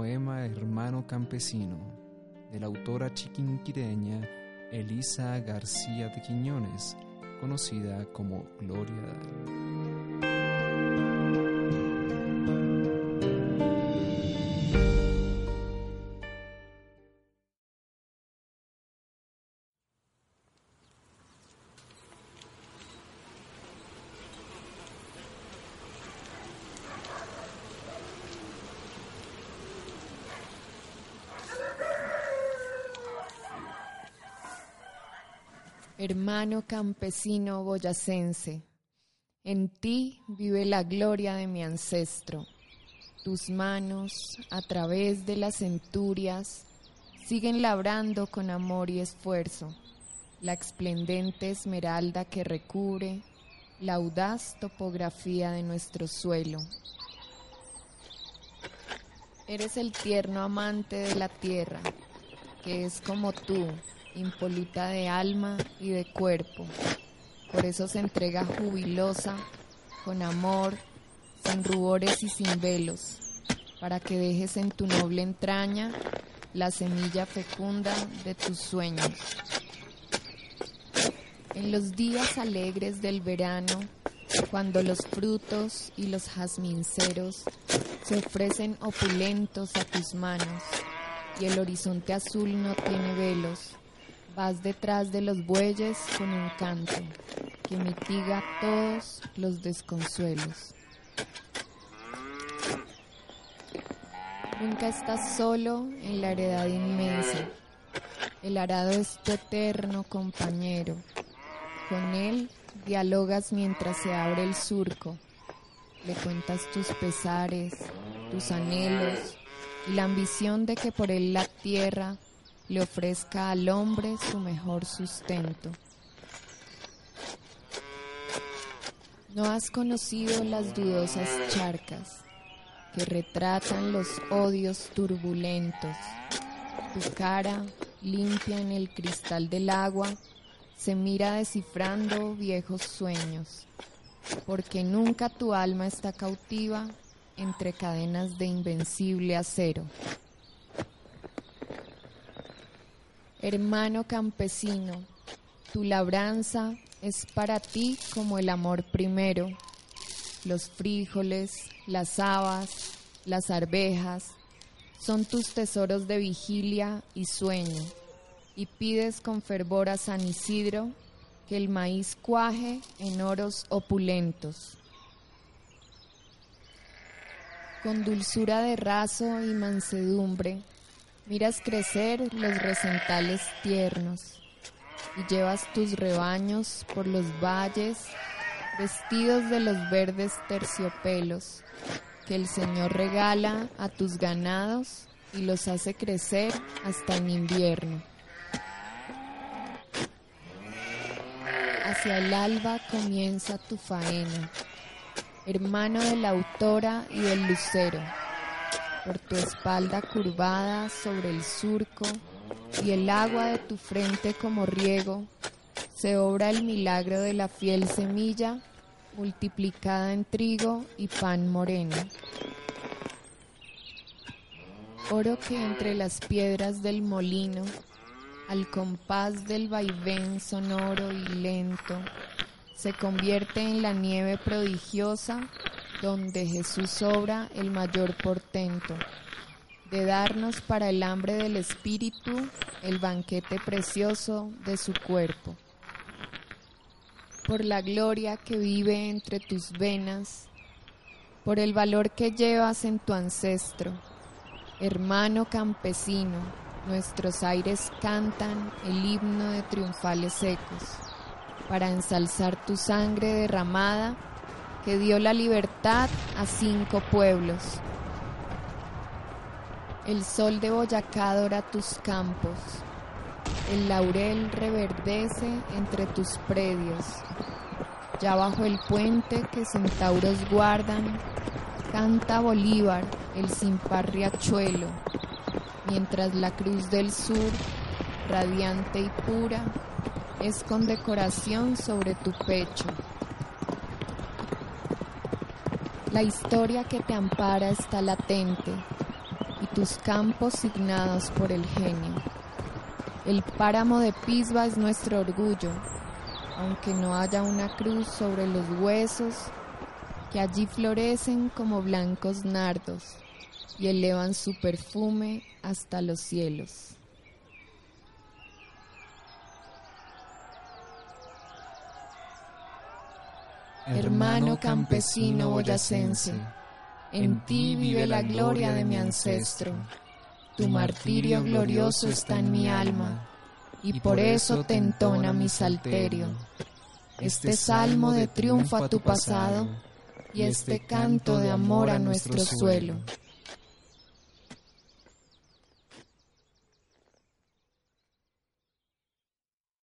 poema Hermano Campesino, de la autora chiquinquireña Elisa García de Quiñones, conocida como Gloria Dalma. Hermano campesino boyacense, en ti vive la gloria de mi ancestro. Tus manos, a través de las centurias, siguen labrando con amor y esfuerzo la esplendente esmeralda que recubre la audaz topografía de nuestro suelo. Eres el tierno amante de la tierra, que es como tú, impoluta de alma y de cuerpo. Por eso se entrega jubilosa, con amor, sin rubores y sin velos, para que dejes en tu noble entraña la semilla fecunda de tus sueños. En los días alegres del verano, cuando los frutos y los jazminceros se ofrecen opulentos a tus manos y el horizonte azul no tiene velos, vas detrás de los bueyes con un canto que mitiga todos los desconsuelos. Nunca estás solo en la heredad inmensa. El arado es tu eterno compañero. Con él dialogas mientras se abre el surco. Le cuentas tus pesares, tus anhelos y la ambición de que por él la tierra le ofrezca al hombre su mejor sustento. No has conocido las dudosas charcas que retratan los odios turbulentos. Tu cara, limpia en el cristal del agua, se mira descifrando viejos sueños, porque nunca tu alma está cautiva entre cadenas de invencible acero. Hermano campesino, tu labranza es para ti como el amor primero. Los frijoles, las habas, las arvejas son tus tesoros de vigilia y sueño, y pides con fervor a San Isidro que el maíz cuaje en oros opulentos. Con dulzura de raso y mansedumbre, miras crecer los recentales tiernos y llevas tus rebaños por los valles vestidos de los verdes terciopelos que el Señor regala a tus ganados y los hace crecer hasta en invierno. Hacia el alba comienza tu faena, hermano de la autora y del lucero. Por tu espalda curvada sobre el surco y el agua de tu frente como riego, se obra el milagro de la fiel semilla multiplicada en trigo y pan moreno. Oro que entre las piedras del molino, al compás del vaivén sonoro y lento, se convierte en la nieve prodigiosa donde Jesús obra el mayor portento, de darnos para el hambre del espíritu el banquete precioso de su cuerpo. Por la gloria que vive entre tus venas, por el valor que llevas en tu ancestro, hermano campesino, nuestros aires cantan el himno de triunfales ecos, para ensalzar tu sangre derramada que dio la libertad a 5 pueblos. El sol de Boyacá dora tus campos, el laurel reverdece entre tus predios. Ya bajo el puente que centauros guardan, canta Bolívar el sin par riachuelo, mientras la cruz del sur, radiante y pura, es condecoración sobre tu pecho. La historia que te ampara está latente, y tus campos signados por el genio. El páramo de Pisba es nuestro orgullo, aunque no haya una cruz sobre los huesos, que allí florecen como blancos nardos y elevan su perfume hasta los cielos. Hermano campesino boyacense, en ti vive la gloria de mi ancestro. Tu martirio glorioso está en mi alma, y por eso te entona mi salterio. Este salmo de triunfo a tu pasado, y este canto de amor a nuestro suelo.